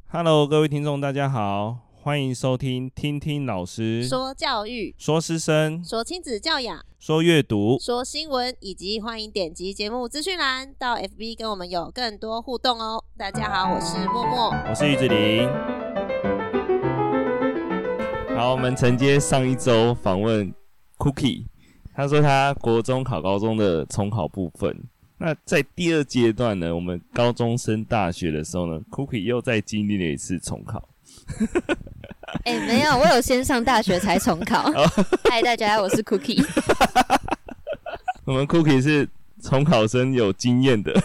Hello， 各位听众，大家好，欢迎收听听听老师说教育、 说师生、 说亲子教养、 说阅读、 说新闻，以及欢迎点击节目资讯栏到 FB 跟我们有更多互动哦。大家好，我是默默， 我是于子琳。好，我们承接上一周访问 Cookie， 他说他国中考高中的重考部分。那在第二阶段呢，我们高中升大学的时候呢 ，Cookie 又再经历了一次重考。 没有，我有先上大学才重考。嗨，大家，我是 Cookie。 我们 Cookie 是重考生有经验的。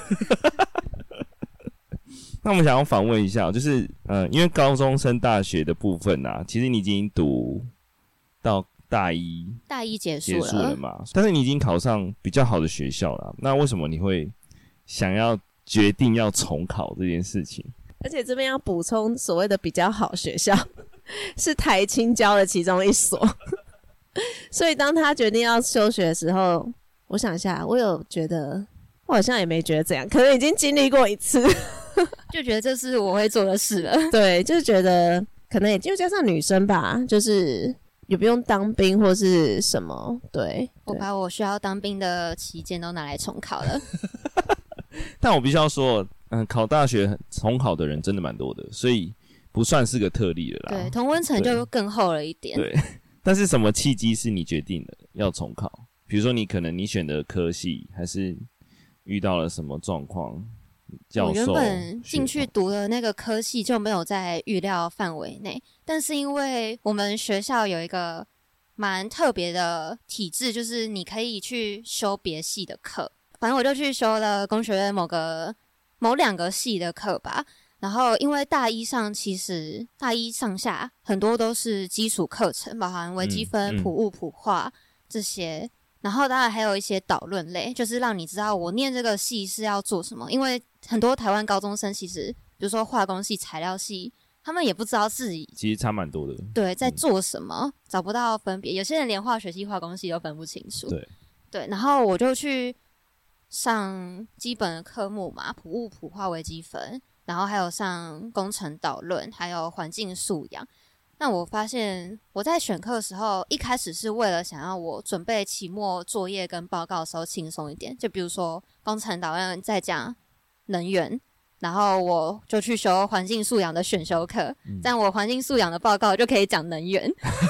那我们想要访问一下，就是因为高中升大学的部分啊，其实你已经读到大一结束了嘛，但是你已经考上比较好的学校了，那为什么你会想要决定要重考这件事情？ 而且这边要补充，所谓的比较好学校是台清交的其中一所，所以当他决定要休学的时候，我想一下，我有觉得我好像也没觉得怎样，可能已经经历过一次， 就觉得这是我会做的事了。 对，就是觉得可能也就加上女生吧，就是也不用当兵或是什么。对， 我把我需要当兵的期间都拿来重考了。 但我必须要说，考大学重考的人真的蛮多的，所以不算是个特例了啦。 对，同温层就更厚了一点。 对，但是什么契机是你决定的要重考？比如说你可能你选的科系，还是遇到了什么状况？教授， 我原本进去读的那个科系就没有在预料范围内，但是因为我们学校有一个蛮特别的体制，就是你可以去修别系的课。反正我就去修了工学院某两个系的课吧。然后因为大一上其实大一上下很多都是基础课程，包含微积分、普物、普化这些。然后当然还有一些导论类，就是让你知道我念这个系是要做什么。因为很多台湾高中生其实比如说化工系、材料系，他们也不知道自己其实差蛮多的， 对，在做什么，找不到分别。有些人连化学系、化工系都分不清楚。对，然后我就去上基本的科目嘛，普物、普化、微积分，然后还有上工程导论，还有环境素养。那我发现我在选课的时候，一开始是为了想要我准备期末作业跟报告的时候轻松一点，就比如说工程导论在讲能源，然后我就去修环境素养的选修课，这样我环境素养的报告就可以讲能源。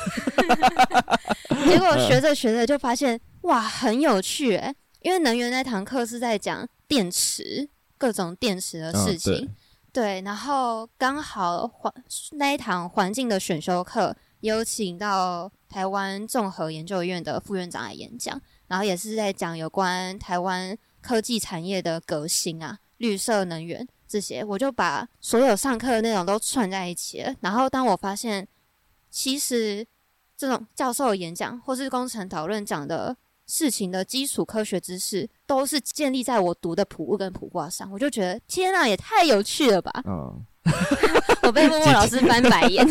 结果学着学着就发现哇，很有趣耶，因为能源那堂课是在讲电池，各种电池的事情。对，然后刚好那一堂环境的选修课有请到台湾综合研究院的副院长来演讲，然后也是在讲有关台湾科技产业的革新啊、绿色能源这些，我就把所有上课的内容都串在一起了。然后当我发现其实这种教授的演讲或是工程讨论讲的事情的基础科学知识都是建立在我读的普物跟普化上，我就觉得天啊，也太有趣了吧。我被默默老师翻白眼。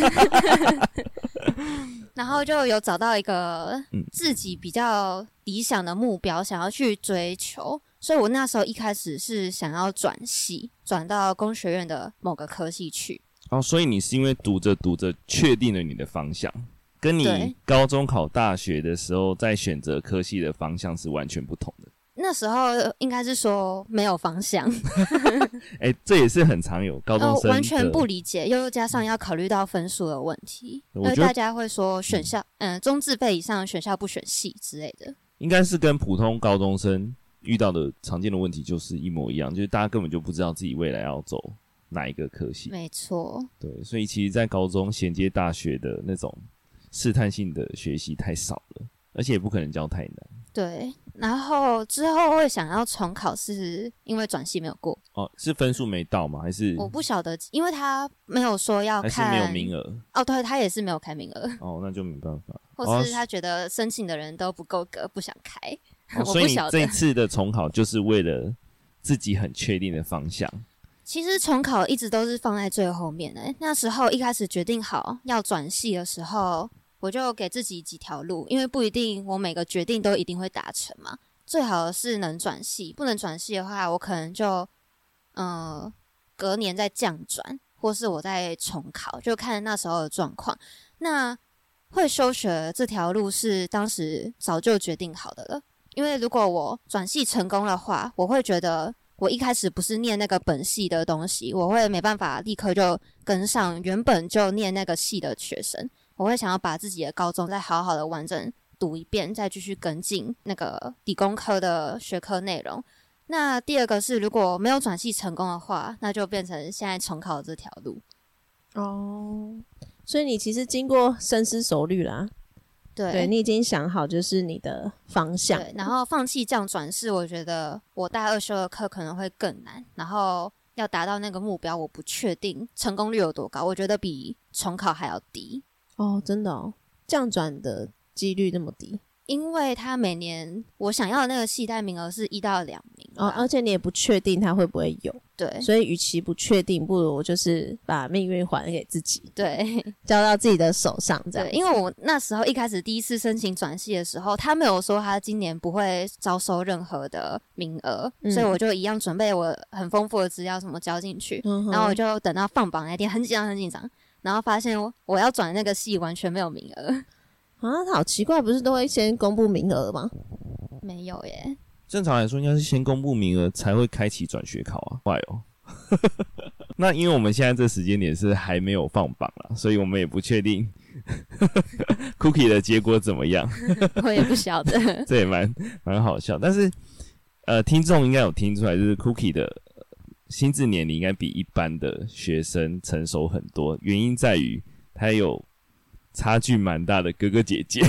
然后就有找到一个自己比较理想的目标想要去追求，所以我那时候一开始是想要转系，转到工学院的某个科系去。 所以你是因为读着读着确定了你的方向，跟你高中考大学的时候在选择科系的方向是完全不同的。 那时候应该是说没有方向。 这也是很常有高中生完全不理解，又加上要考虑到分数的问题，因为大家会说选校中字辈以上选校不选系之类的， 应该是跟普通高中生遇到的常见的问题就是一模一样，就是大家根本就不知道自己未来要走哪一个科系。 没错， 对，所以其实在高中衔接大学的那种试探性的学习太少了，而且也不可能教太难。 对，然后之后会想要重考是因为转系没有过。 是分数没到吗？还是我不晓得，因为他没有说要看， 还是没有名额。 对，他也是没有开名额。 那就没办法。 或是他觉得申请的人都不够格，不想开。 所以你这一次的重考就是为了自己很确定的方向。 其实重考一直都是放在最后面的。那时候一开始决定好要转系的时候，我就给自己几条路，因为不一定我每个决定都一定会达成嘛。最好的是能转系，不能转系的话，我可能就隔年再降转， 或是我在重考，就看那时候的状况。那会休学这条路是当时早就决定好的了，因为如果我转系成功的话，我会觉得我一开始不是念那个本系的东西，我会没办法立刻就跟上原本就念那个系的学生，我会想要把自己的高中再好好的完整读一遍，再继续跟进那个理工科的学科内容。那第二个是如果没有转系成功的话，那就变成现在重考的这条路。 哦，所以你其实经过深思熟虑啦，对，你已经想好就是你的方向。 对，然后放弃这样转系，我觉得我大二修的课可能会更难，然后要达到那个目标，我不确定成功率有多高，我觉得比重考还要低。 哦，真的哦，这样转的几率那么低？ 因为他每年我想要的那个系带名额是1到2名哦，而且你也不确定他会不会有， 对， 所以与其不确定，不如就是把命运还给自己， 对， 交到自己的手上，这样。 对，因为我那时候一开始第一次申请转系的时候，他没有说他今年不会招收任何的名额，所以我就一样准备我很丰富的资料什么交进去，然后我就等到放榜那天很紧张很紧张，然后发现我要转那个系完全没有名额。 啊，好奇怪，不是都会先公布名额吗？ 没有耶。 正常来说应该是先公布名额才会开启转学考啊，怪哦。那因为我们现在这时间点是还没有放榜啦，所以我们也不确定Cookie 的结果怎么样。 我也不晓得。 这也蛮好笑，但是听众应该有听出来，就是 Cookie 的心智年龄应该比一般的学生成熟很多，原因在于他有差距蛮大的哥哥姐姐。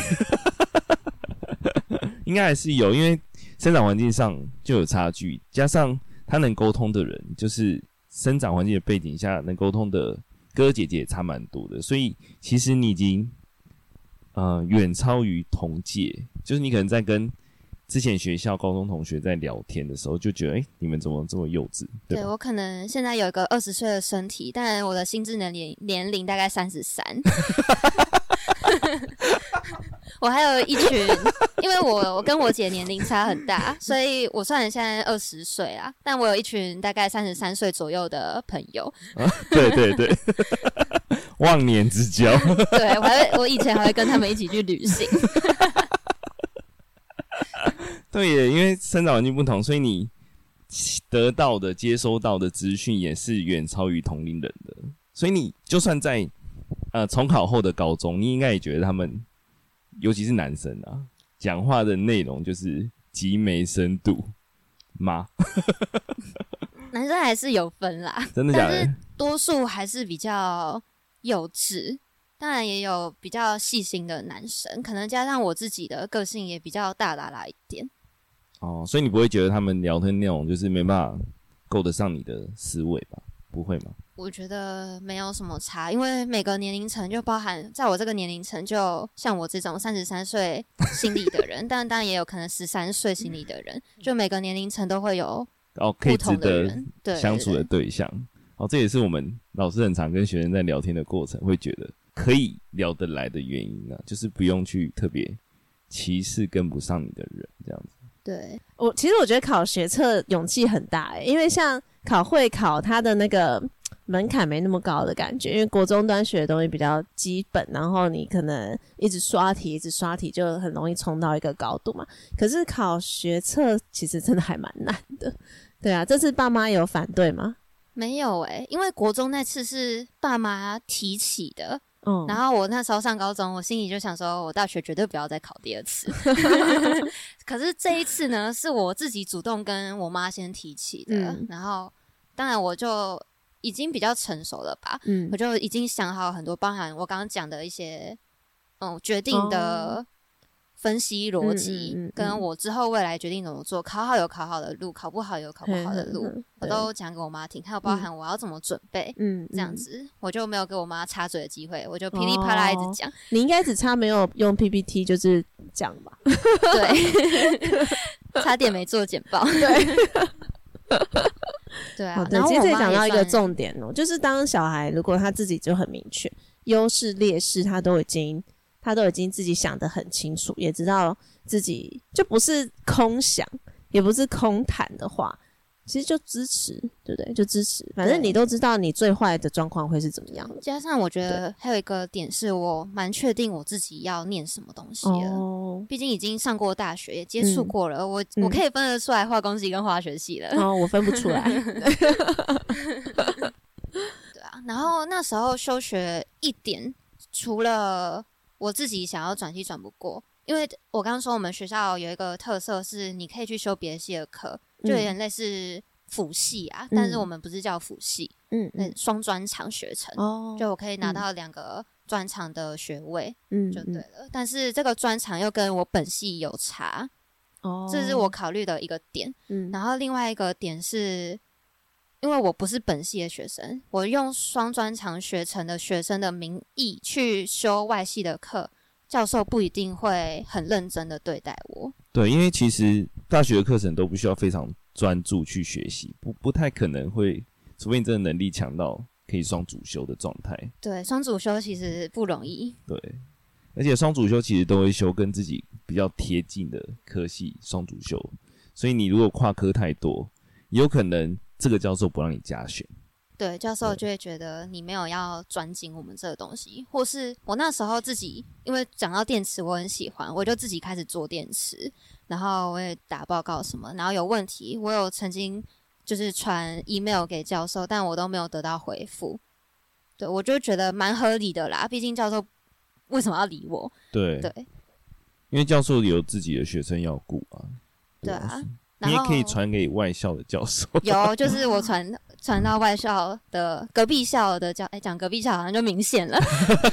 应该还是有，因为生长环境上就有差距，加上他能沟通的人，就是生长环境的背景下能沟通的哥哥姐姐也差蛮多的，所以其实你已经远超于同届，就是你可能在跟之前学校高中同学在聊天的时候，就觉得你们怎么这么幼稚？ 对，我可能现在有一个20岁的身体，但我的心智年龄大概33。我还有一群，因为我跟我姐年龄差很大，所以我虽然现在20岁啊，但我有一群大概33岁左右的朋友。 对对对，忘年之交。 对，我以前还会跟他们一起去旅行。 对耶，因为生长环境不同，所以你得到的、接收到的资讯也是远超于同龄人的。所以你就算在重考后的高中，你应该也觉得他们，尤其是男生啊，讲话的内容就是极没深度吗？ 男生还是有分啦， 真的假的？ 但是多数还是比较幼稚。当然也有比较细心的男生，可能加上我自己的个性也比较大喇喇一点。 哦，所以你不会觉得他们聊天内容就是没办法够得上你的思维吧？不会吗？ 我觉得没有什么差，因为每个年龄层就包含在我这个年龄层，就像我这种33岁心理的人，但当然也有可能13岁心理的人，就每个年龄层都会有可以值不同的人得相处的对象。这也是我们老师很常跟学生在聊天的过程会觉得可以聊得来的原因啊，就是不用去特别歧视跟不上你的人这样子。 对， 其实我觉得考学测勇气很大因为像考会考，它的那个门槛没那么高的感觉，因为国中端学的东西比较基本，然后你可能一直刷题就很容易冲到一个高度嘛。可是考学测其实真的还蛮难的。对啊，这次爸妈有反对吗？ 没有因为国中那次是爸妈提起的，然后我那时候上高中，我心里就想说我大学绝对不要再考第2次。可是这一次呢，是我自己主动跟我妈先提起的，然后当然我就已经比较成熟了吧，我就已经想好很多，包含我刚刚讲的一些决定的分析逻辑，跟我之后未来决定怎么做，考好有考好的路，考不好有考不好的路，我都讲给我妈听，还有包含我要怎么准备，这样子我就没有给我妈插嘴的机会，我就噼里啪啦一直讲。 你应该只差没有用 PPT 就是讲吧？ 对，差点没做简报。 对。 对啊， 对，其实这讲到一个重点就是当小孩如果他自己就很明确优势劣势，他都已经自己想得很清楚，也知道自己就不是空想也不是空谈的话， 其实就支持，对不对？就支持，反正你都知道你最坏的状况会是怎么样。 加上我觉得还有一个点是我蛮确定我自己要念什么东西了，毕竟已经上过大学，也接触过了，我可以分得出来化工系跟化学系了。 我分不出来。 对啊，然后那时候休学一点，除了我自己想要转系转不过，因为我刚刚说我们学校有一个特色是你可以去修别的系的课，就有点类似辅系啊，但是我们不是叫辅系，双专长学程，就我可以拿到2个专长的学位，就对了。但是这个专长又跟我本系有差，这是我考虑的一个点。然后另外一个点是，因为我不是本系的学生，我用双专长学程的学生的名义去修外系的课，教授不一定会很认真的对待我。 对，因为其实大学的课程都不需要非常专注去学习，不太可能会，除非你真的能力强到可以双主修的状态。 对，双主修其实不容易。 对，而且双主修其实都会修跟自己比较贴近的科系双主修，所以你如果跨科太多，有可能这个教授不让你加选。 对，教授就会觉得你没有要专精我们这个东西，或是我那时候自己，因为讲到电池我很喜欢，我就自己开始做电池，然后我也打报告什么，然后有问题我有曾经就是传 email 给教授，但我都没有得到回复。对，我就觉得蛮合理的啦，毕竟教授为什么要理我？ 对，因为教授有自己的学生要顾啊。 对啊， 你也可以传给外校的教授。 有，就是我传到外校的隔壁校的讲隔壁校好像就明显了。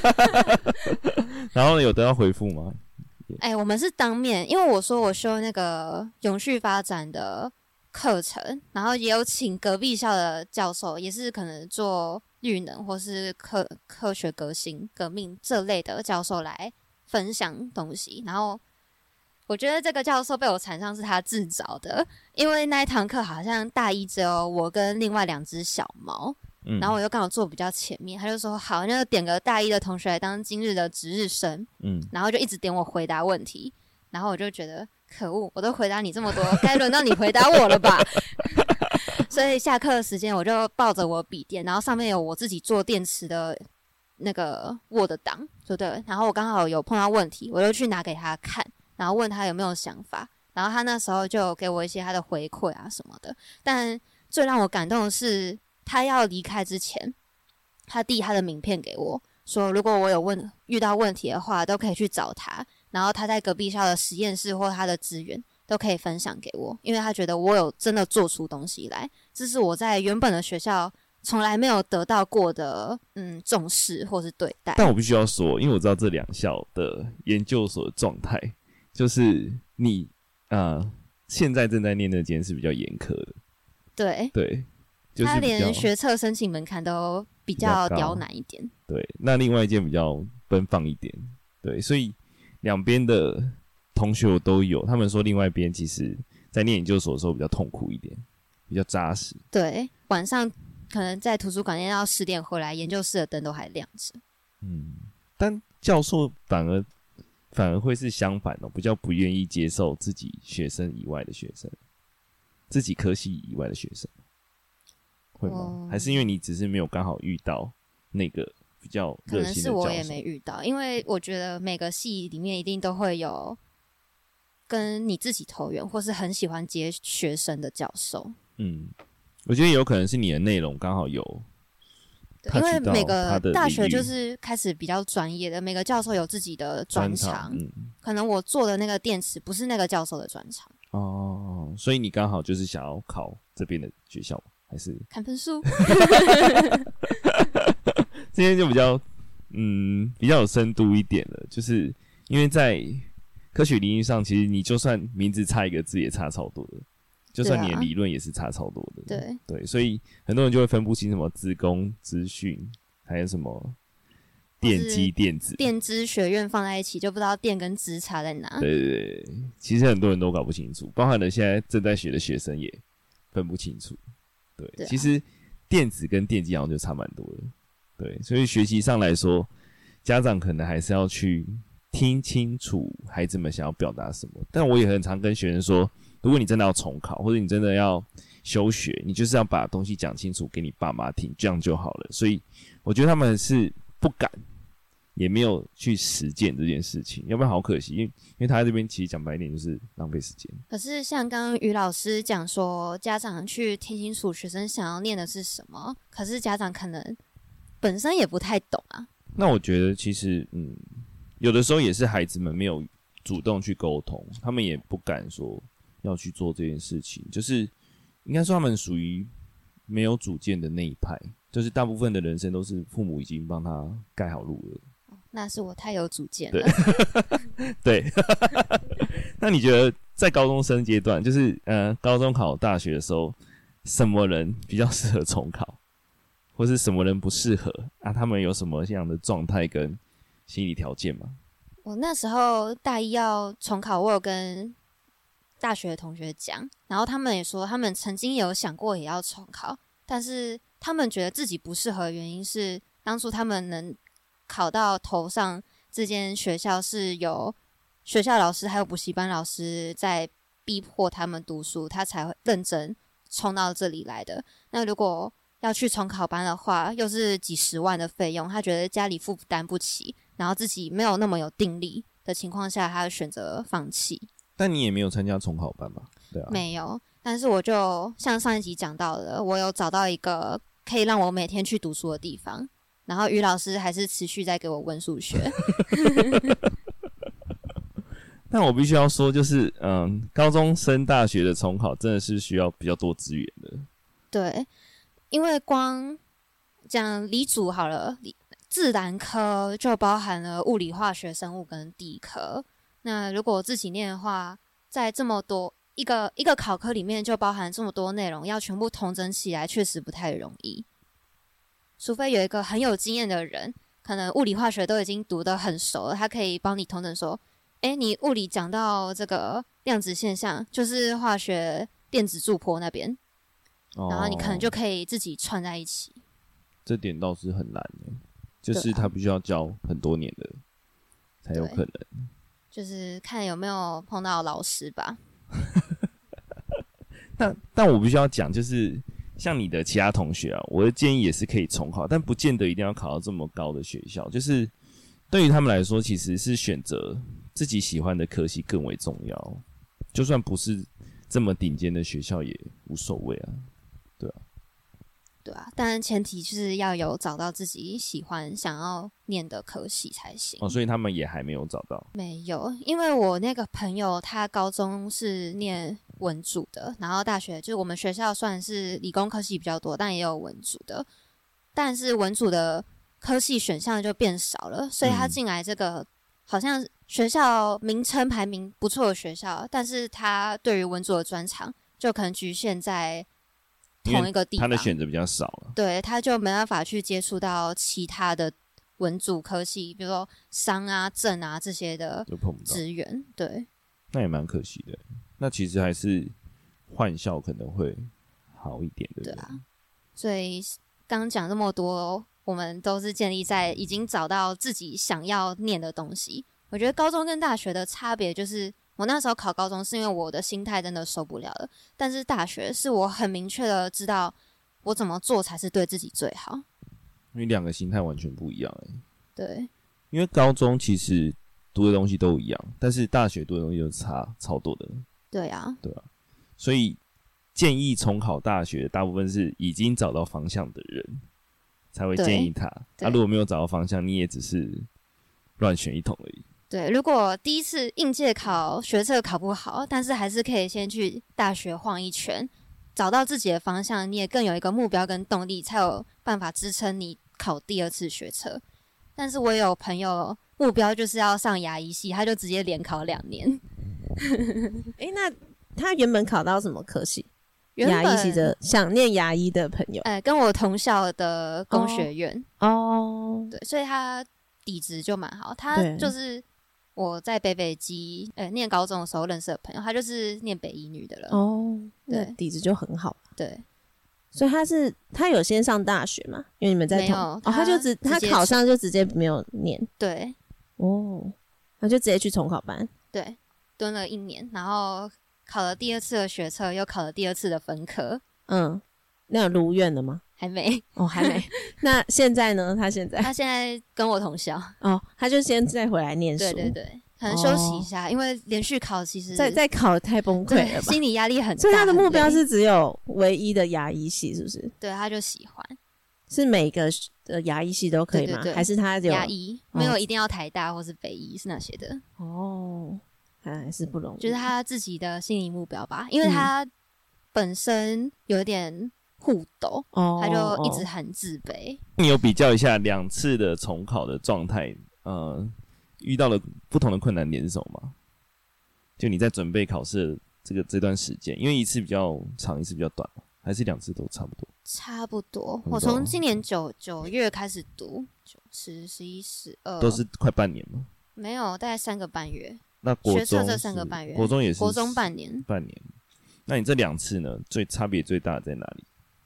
然后有得到回复吗？ 我们是当面，因为我说我修那个永续发展的课程，然后也有请隔壁校的教授，也是可能做绿能或是科学革命这类的教授来分享东西，然后我觉得这个教授被我缠上是他自找的，因为那一堂课好像大一只有我跟另外2只小猫，然后我又刚好坐比较前面，他就说好，那就点个大一的同学来当今日的值日生，然后就一直点我回答问题，然后我就觉得可恶，我都回答你这么多，该轮到你回答我了吧？所以下课的时间我就抱着我笔电，然后上面有我自己做电池的那个 Word 档，对不对？然后我刚好有碰到问题，我就去拿给他看。然后问他有没有想法，然后他那时候就给我一些他的回馈啊什么的。但最让我感动的是，他要离开之前，他递他的名片给我，说如果我有遇到问题的话，都可以去找他。然后他在隔壁校的实验室或他的资源都可以分享给我，因为他觉得我有真的做出东西来，这是我在原本的学校从来没有得到过的重视或是对待。 但我必须要说，因为我知道这2校的研究所的状态。就是你现在正在念那间是比较严苛的，对，就是他连学测申请门槛都比较刁难一点， 对。那另外一间比较奔放一点，对，所以两边的同学我都有，他们说另外一边其实在念研究所的时候比较痛苦一点，比较扎实。 对，晚上可能在图书馆念到10点回来，研究室的灯都还亮着。 但教授反而会是相反哦，比较不愿意接受自己学生以外的学生，自己科系以外的学生，会吗？还是因为你只是没有刚好遇到那个比较热心的教授？可能是我也没遇到，因为我觉得每个系里面一定都会有跟你自己投缘或是很喜欢接学生的教授。 我觉得有可能是你的内容刚好有。 因为每个大学就是开始比较专业的，每个教授有自己的专长，可能我做的那个电池不是那个教授的专长哦，所以你刚好就是想要考这边的学校，还是看分数？ 今天就比较有深度一点了，就是因为在科学领域上，其实你就算名字差一个字也差超多的。就算你的理论也是差超多的，对，所以很多人就会分不清什么资工、资讯，还有什么电机、电子、 电资学院放在一起，就不知道电跟资差在哪。 对，其实很多人都搞不清楚，包含了现在正在学的学生也分不清楚。对，其实电子跟电机好像就差蛮多的。对，所以学习上来说，家长可能还是要去听清楚孩子们想要表达什么。但我也很常跟学生说，如果你真的要重考，或者你真的要休学，你就是要把东西讲清楚给你爸妈听，这样就好了。所以我觉得他们是不敢，也没有去实践这件事情，要不然好可惜。因为他在这边其实讲白一点就是浪费时间。 可是像刚刚于老师讲说，家长去听清楚学生想要念的是什么，可是家长可能本身也不太懂啊。 那我觉得其实有的时候也是孩子们没有主动去沟通，他们也不敢说要去做这件事情，就是应该说他们属于没有主见的那一派，就是大部分的人生都是父母已经帮他盖好路了。 那是我太有主见了。 对，那你觉得在高中生阶段，就是高中考大学的时候，什么人比较适合重考，或是什么人不适合啊？他们有什么样的状态跟心理条件吗？ 我那时候大一要重考，我有跟大学的同学讲，然后他们也说他们曾经有想过也要重考，但是他们觉得自己不适合的原因是当初他们能考到头上这间学校是有学校老师还有补习班老师在逼迫他们读书，他才会认真冲到这里来的。那如果要去重考班的话，又是几十万的费用，他觉得家里负担不起，然后自己没有那么有定力的情况下，他选择放弃。 但你也没有参加重考班吧？对啊， 没有。但是我就像上一集讲到的，我有找到一个可以让我每天去读书的地方，然后于老师还是持续在给我问数学。 但我必须要说，就是高中升大学的重考真的是需要比较多资源的。 对，因为光讲理组好了，自然科就包含了物理、化学、生物跟地科。那如果我自己念的话，在这么多一个考科里面就包含这么多内容，要全部统整起来，确实不太容易。除非有一个很有经验的人，可能物理、化学都已经读得很熟了，他可以帮你统整说，你物理讲到这个量子现象，就是化学电子驻波那边，然后你可能就可以自己串在一起。 这点倒是很难的，就是他必须要教很多年的才有可能。 就是看有没有碰到老师吧。 但我必须要讲，就是像你的其他同学啊，我的建议也是可以重考，但不见得一定要考到这么高的学校。就是对于他们来说，其实是选择自己喜欢的科系更为重要。就算不是这么顶尖的学校也无所谓啊，对啊。 对啊，但前提就是要有找到自己喜欢想要念的科系才行。 所以他们也还没有找到。 没有，因为我那个朋友他高中是念文组的，然后大学就是我们学校算是理工科系比较多，但也有文组的，但是文组的科系选项就变少了，所以他进来这个好像学校名称排名不错的学校，但是他对于文组的专长就可能局限在同一个地方， 他的选择比较少了， 对，他就没办法去接触到其他的文组科系，比如说商啊、政啊这些的资源，对， 那也蛮可惜的。那其实还是换校可能会好一点的， 对啊。所以刚讲这么多，我们都是建立在已经找到自己想要念的东西。我觉得高中跟大学的差别就是，我那时候考高中是因为我的心态真的受不了了，但是大学是我很明确的知道我怎么做才是对自己最好。 因为两个心态完全不一样对， 因为高中其实读的东西都一样，但是大学读的东西就差超多的。 对啊， 对啊，所以建议重考大学，大部分是已经找到方向的人才会建议他。如果没有找到方向，你也只是乱选一通而已。 对，如果第一次应届考学测考不好，但是还是可以先去大学晃一圈，找到自己的方向，你也更有一个目标跟动力，才有办法支撑你考第二次学测。但是我有朋友目标就是要上牙医系，他就直接连考2年。 那他原本考到什么科系？牙医系的，想念牙医的朋友， 跟我同校的工学院哦， 对，所以他底子就蛮好。他就是我在北北基念高中的时候认识的朋友，他就是念北医女的了。 对，底子就很好。 对， 所以他有先上大学嘛？因为你们在没有， 他考上就直接没有念。 对， 他就直接去重考班。 对，蹲了1年，然后考了第2次的学测，又考了第2次的分科， 那有如愿了吗？ 还没哦，还没。那现在呢？他现在跟我同校哦，他就先再回来念书。 对对对，可能休息一下，因为连续考其实再考太崩溃了吧， 心理压力很大。 所以他的目标是只有唯一的牙医系，是不是？ 对，他就喜欢。 是每个牙医系都可以吗？ 对对对， 还是他有牙医没有一定要台大或是北医是那些的？ 哦，还是不容易。 就是他自己的心理目标吧，因为他本身有点互斗，他就一直很自卑。 你有比较一下2次的重考的状态，遇到了不同的困难点是什么吗？就你在准备考试的这段时间，因为一次比较长，一次比较短，还是2次都差不多？ 差不多。我从今年9月开始读，9、10、11、12， 都是快半年吗？ 没有，大概3个半月。 那国中学测这3个半月， 国中也是国中半年。 那你这2次呢？差别最大的在哪里？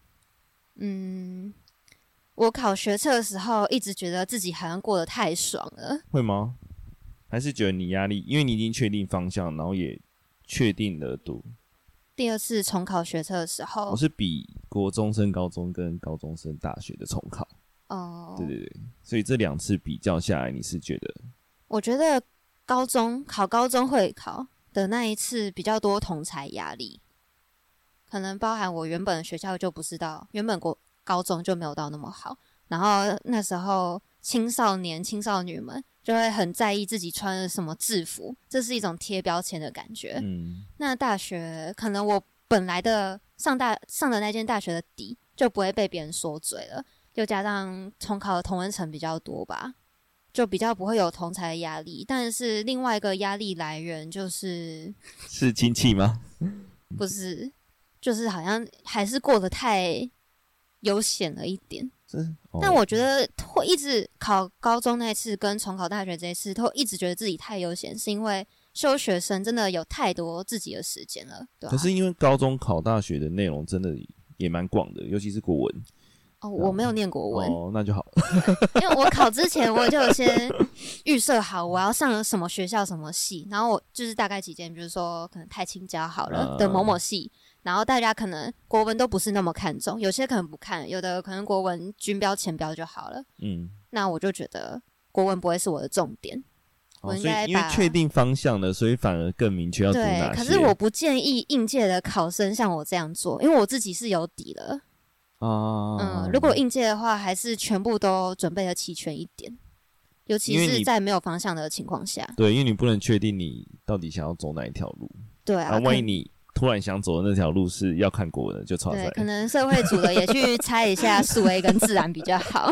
我考学测的时候，一直觉得自己好像过得太爽了。 会吗？还是觉得你压力，因为你已经确定方向，然后也确定了读。 第2次重考学测的时候， 我是比国中升高中跟高中升大学的重考。对对对，所以这2次比较下来，你是觉得？我觉得考高中会考的那一次比较多同侪压力，可能包含我原本的学校就不是原本高中就没有到那么好，然后那时候青少女们就会很在意自己穿的什么制服，这是一种贴标签的感觉。那大学可能我本来的上的那间大学的底就不会被别人说嘴了，又加上重考的同温层比较多吧，就比较不会有同侪的压力。但是另外一个压力来源是亲戚吗？ 不是，就是好像还是过得太悠闲了一点。但我觉得会一直考高中那一次跟重考大学这一次都一直觉得自己太悠闲，是因为休学生真的有太多自己的时间了，对吧？ 可是因为高中考大学的内容真的也蛮广的，尤其是国文。 我没有念国文。 那就好。 因为我考之前我就有先预设好我要上什么学校什么系，然后我就是大概几间，比如说可能太清交好了的某某系，然后大家可能国文都不是那么看重，有些可能不看，有的可能国文均标前标就好了。那我就觉得国文不会是我的重点。我应该因为确定方向了，所以反而更明确要读哪些。 对，可是我不建议应届的考生像我这样做，因为我自己是有底了。如果应届的话，还是全部都准备的齐全一点，尤其是在没有方向的情况下。 对，因为你不能确定你到底想要走哪一条路。 对啊， 万一你突然想走的那条路是要看国文的，就超对，可能社会组的也去猜一下数 A 跟自然比较好。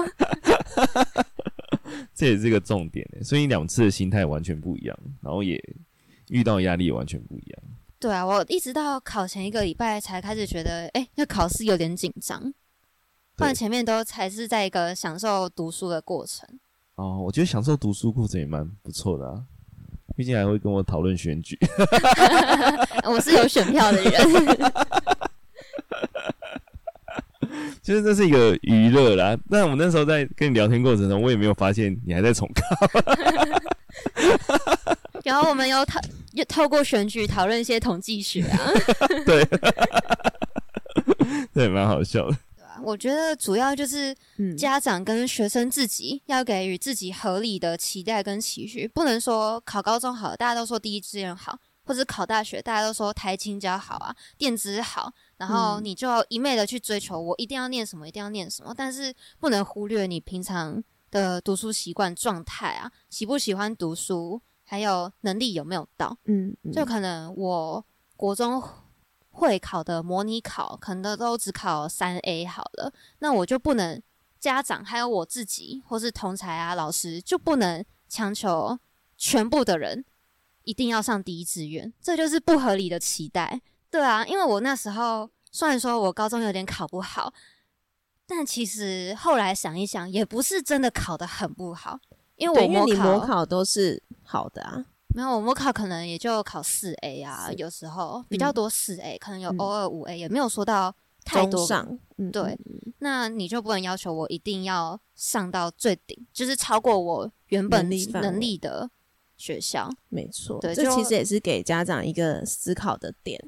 这也是个重点，所以2次的心态完全不一样，然后也遇到压力也完全不一样。 对啊，我一直到考前1个礼拜才开始觉得，那考试有点紧张，不然前面都才是在一个享受读书的过程。 我觉得享受读书过程也蛮不错的啊，毕竟还会跟我讨论选举。 我是有选票的人。 其实这是一个娱乐啦，但我那时候在跟你聊天过程中，我也没有发现你还在重考。 然后我们有透过选举讨论一些统计学啊。 对，对，蛮好笑的。 我觉得主要就是家长跟学生自己要给予自己合理的期待跟期许，不能说考高中好，大家都说第一志愿好，或者考大学大家都说台清交好啊，电子好，然后你就一昧的去追求我一定要念什么，一定要念什么，但是不能忽略你平常的读书习惯状态啊，喜不喜欢读书，还有能力有没有到。就可能我国中会考的模拟考可能都只考3A 好了，那我就不能，家长还有我自己或是同侪啊老师就不能强求全部的人一定要上第一志愿，这就是不合理的期待。对啊，因为我那时候虽然说我高中有点考不好，但其实后来想一想也不是真的考得很不好，因为你模考都是好的啊。 没有，我模考可能也就考4A 啊，有时候比较多4A，可能有偶尔5A，也没有说到太多。 中上， 对，那你就不能要求我一定要上到最顶，就是超过我原本能力的学校。 没错， 对， 这其实也是给家长一个思考的点。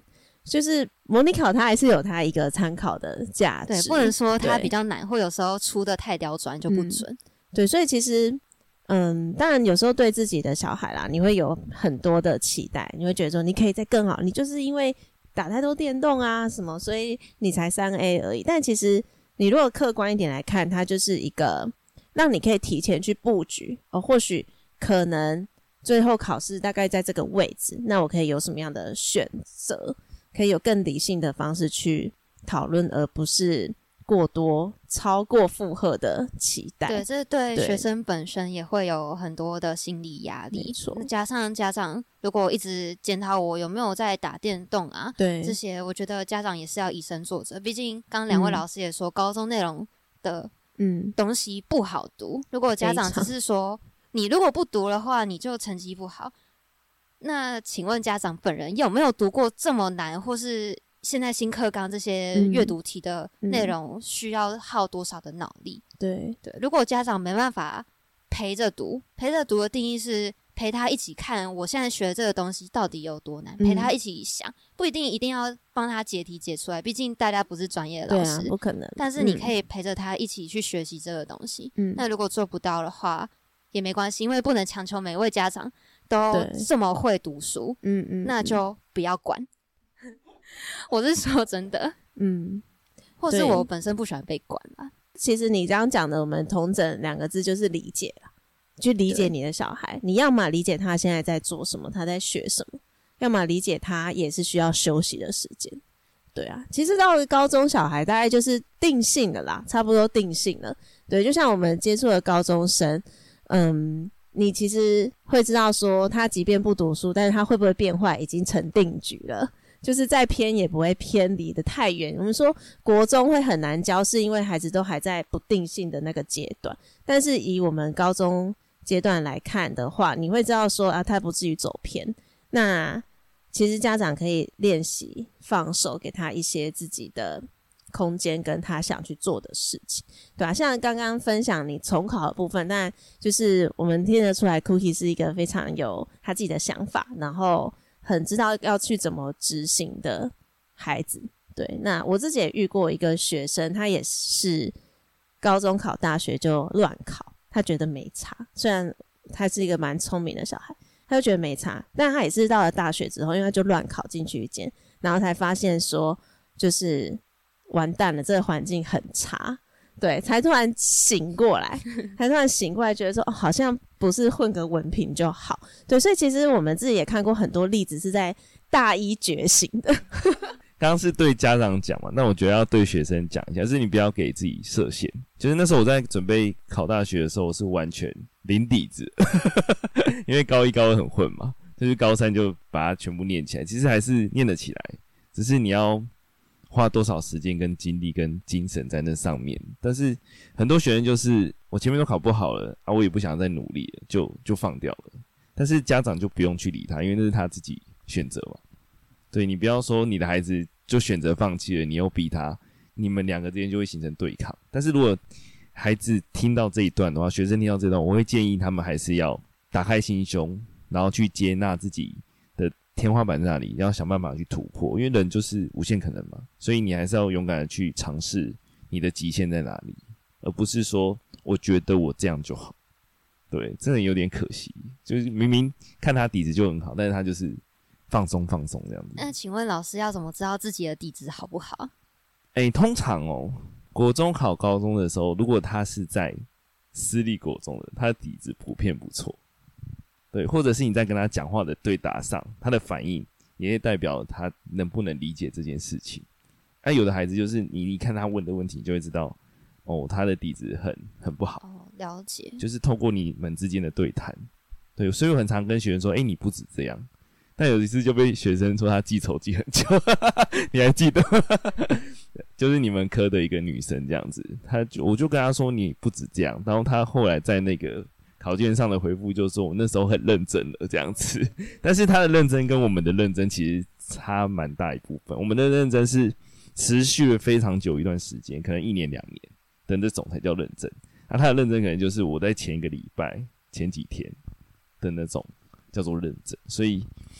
就是模拟考它还是有它一个参考的价值， 对，不能说它比较难，或有时候出的太刁钻就不准。 对，所以其实当然有时候对自己的小孩啦，你会有很多的期待，你会觉得说你可以再更好，你就是因为打太多电动啊什么，所以你才3A 而已。但其实你如果客观一点来看，它就是一个让你可以提前去布局或许可能最后考试大概在这个位置，那我可以有什么样的选择，可以有更理性的方式去讨论，而不是过多超过负荷的期待。 对，这对学生本身也会有很多的心理压力。 没错， 加上家长如果一直检讨我有没有在打电动啊， 对这些，我觉得家长也是要以身作则。毕竟刚两位老师也说，高中内容的东西不好读。如果家长只是说你如果不读的话，你就成绩不好，那请问家长本人有没有读过这么难，或是现在新课纲这些阅读题的内容需要耗多少的脑力？对，如果家长没办法陪着读的定义是陪他一起看我现在学的这个东西到底有多难，陪他一起想，不一定要帮他解题解出来，毕竟大家不是专业的老师， 对啊，不可能。 但是你可以陪着他一起去学习这个东西。那如果做不到的话也没关系，因为不能强求每位家长都这么会读书，那就不要管。我是说真的，或是我本身不喜欢被管啦。 其实你这样讲的，我们统整2个字就是理解啦，去理解你的小孩。你要么理解他现在在做什么，他在学什么，要么理解他也是需要休息的时间。对啊，其实到了高中小孩大概就是定性了啦，差不多定性了。对，就像我们接触的高中生，你其实会知道说他即便不读书，但是他会不会变坏已经成定局了，就是再偏也不会偏离的太远。我们说国中会很难教，是因为孩子都还在不定性的那个阶段，但是以我们高中阶段来看的话，你会知道说他不至于走偏。那其实家长可以练习放手，给他一些自己的空间跟他想去做的事情，对啊，像刚刚分享你重考的部分，但就是我们听得出来 Cookie 是一个非常有他自己的想法，然后很知道要去怎么执行的孩子。对，那我自己也遇过一个学生，他也是高中考大学就乱考，他觉得没差，虽然他是一个蛮聪明的小孩，他就觉得没差，但他也是到了大学之后，因为他就乱考进去一间，然后才发现说就是完蛋了，这个环境很差，对，才突然醒过来，觉得说好像不是混个文凭就好。对，所以其实我们自己也看过很多例子是在大一觉醒的。 刚刚是对家长讲嘛，那我觉得要对学生讲一下，就是你不要给自己设限。就是那时候我在准备考大学的时候，我是完全零底子，因为高1、高2很混嘛，就是高3就把它全部念起来，其实还是念得起来，只是你要花多少时间跟精力跟精神在那上面。但是很多学生就是我前面都考不好了啊，我也不想再努力了，就放掉了。但是家长就不用去理他，因为那是他自己选择嘛。对，你不要说你的孩子就选择放弃了，你又逼他，你们2个之间就会形成对抗。但是如果孩子听到这一段的话，学生听到这一段，我会建议他们还是要打开心胸，然后去接纳自己的天花板在哪里，要想办法去突破，因为人就是无限可能嘛，所以你还是要勇敢的去尝试你的极限在哪里，而不是说我觉得我这样就好。对，真的有点可惜，就是明明看他底子就很好，但是他就是放松这样子。 那请问老师要怎么知道自己的底子好不好？ 通常国中考高中的时候，如果他是在私立国中的，他的底子普遍不错。对，或者是你在跟他讲话的对答上，他的反应也会代表他能不能理解这件事情。有的孩子就是你看他问的问题，你就会知道他的底子很不好。 了解。就是透过你们之间的对谈。对，所以我很常跟学生说，你不止这样。但有一次就被学生说他记仇记很久，你还记得吗？就是你们科的一个女生这样子，我就跟他说你不止这样，然后他后来在那个考卷上的回复就说我那时候很认真了这样子，但是他的认真跟我们的认真其实差蛮大一部分，我们的认真是持续了非常久一段时间，可能1年2年的那种才叫认真，他的认真可能就是我在前一个礼拜前几天的那种叫做认真，所以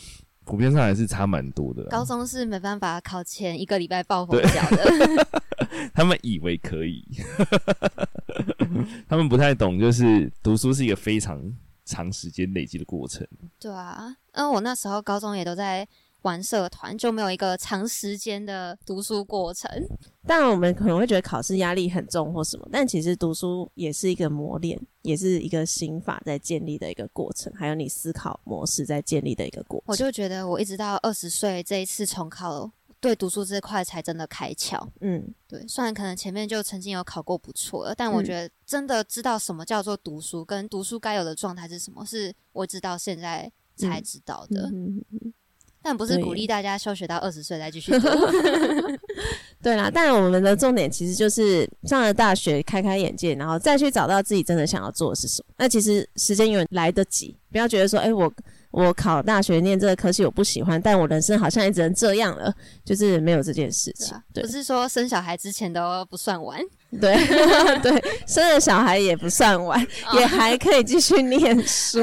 普遍上还是差蛮多的啦。 高中是没办法考前1个礼拜抱佛脚的， 他们以为可以，他们不太懂，就是读书是一个非常长时间累积的过程。 对啊，我那时候高中也都在玩社团，就没有一个长时间的读书过程。 当然我们可能会觉得考试压力很重或什么，但其实读书也是一个磨练，也是一个心法在建立的一个过程，还有你思考模式在建立的一个过程。 我就觉得我一直到20岁这一次重考，对读书这块才真的开窍。对，虽然可能前面就曾经有考过不错了，但我觉得真的知道什么叫做读书，跟读书该有的状态是什么，是我直到现在才知道的。但不是鼓励大家休学到20岁再继续读。 对啦，但我们的重点其实就是上了大学开开眼界，然后再去找到自己真的想要做的是什么。那其实时间永远来得及，不要觉得说我考大学念这个科系我不喜欢，但我人生好像也只能这样了，就是没有这件事情。对， 不是说生小孩之前都不算晚。 对对，生了小孩也不算晚，也还可以继续念书。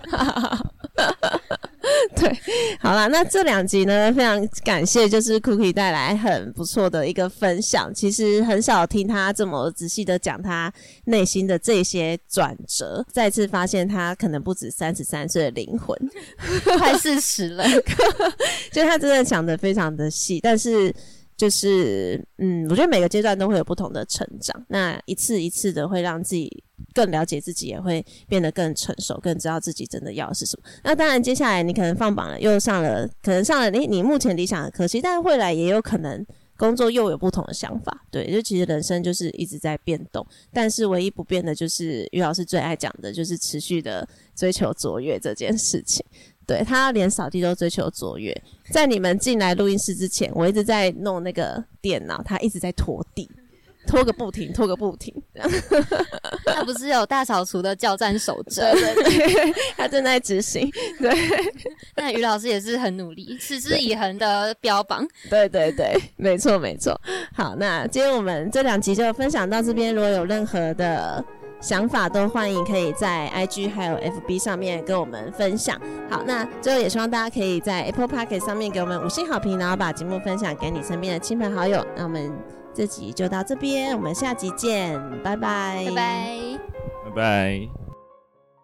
对，好啦，那这2集呢，非常感谢就是 Cookie 带来很不错的一个分享。其实很少听他这么仔细的讲他内心的这些转折，再次发现他可能不止33岁的灵魂， 快40了。 就他真的讲得非常的细，但是就是我觉得每个阶段都会有不同的成长，那一次一次的会让自己更了解自己，也会变得更成熟，更知道自己真的要的是什么。那当然接下来你可能放榜了，又上了，可能上了你目前理想的科系，但是未来也有可能工作又有不同的想法。对，就其实人生就是一直在变动，但是唯一不变的就是于老师最爱讲的，就是持续的追求卓越这件事情。对，他连扫地都追求卓越。在你们进来录音室之前，我一直在弄那个电脑，他一直在拖地，拖个不停。 他不是有大扫除的教战守则？ 对，他正在执行。对， 那于老师也是很努力，持之以恒的标榜。 对，没错。好，那今天我们这2集就分享到这边。如果有任何的想法都欢迎可以在 IG 还有 FB 上面跟我们分享。好，那最后也希望大家可以在 Apple Podcast 上面给我们5星好评，然后把节目分享给你身边的亲朋好友。那我们这集就到这边，我们下集见，拜拜， 拜拜， 拜拜。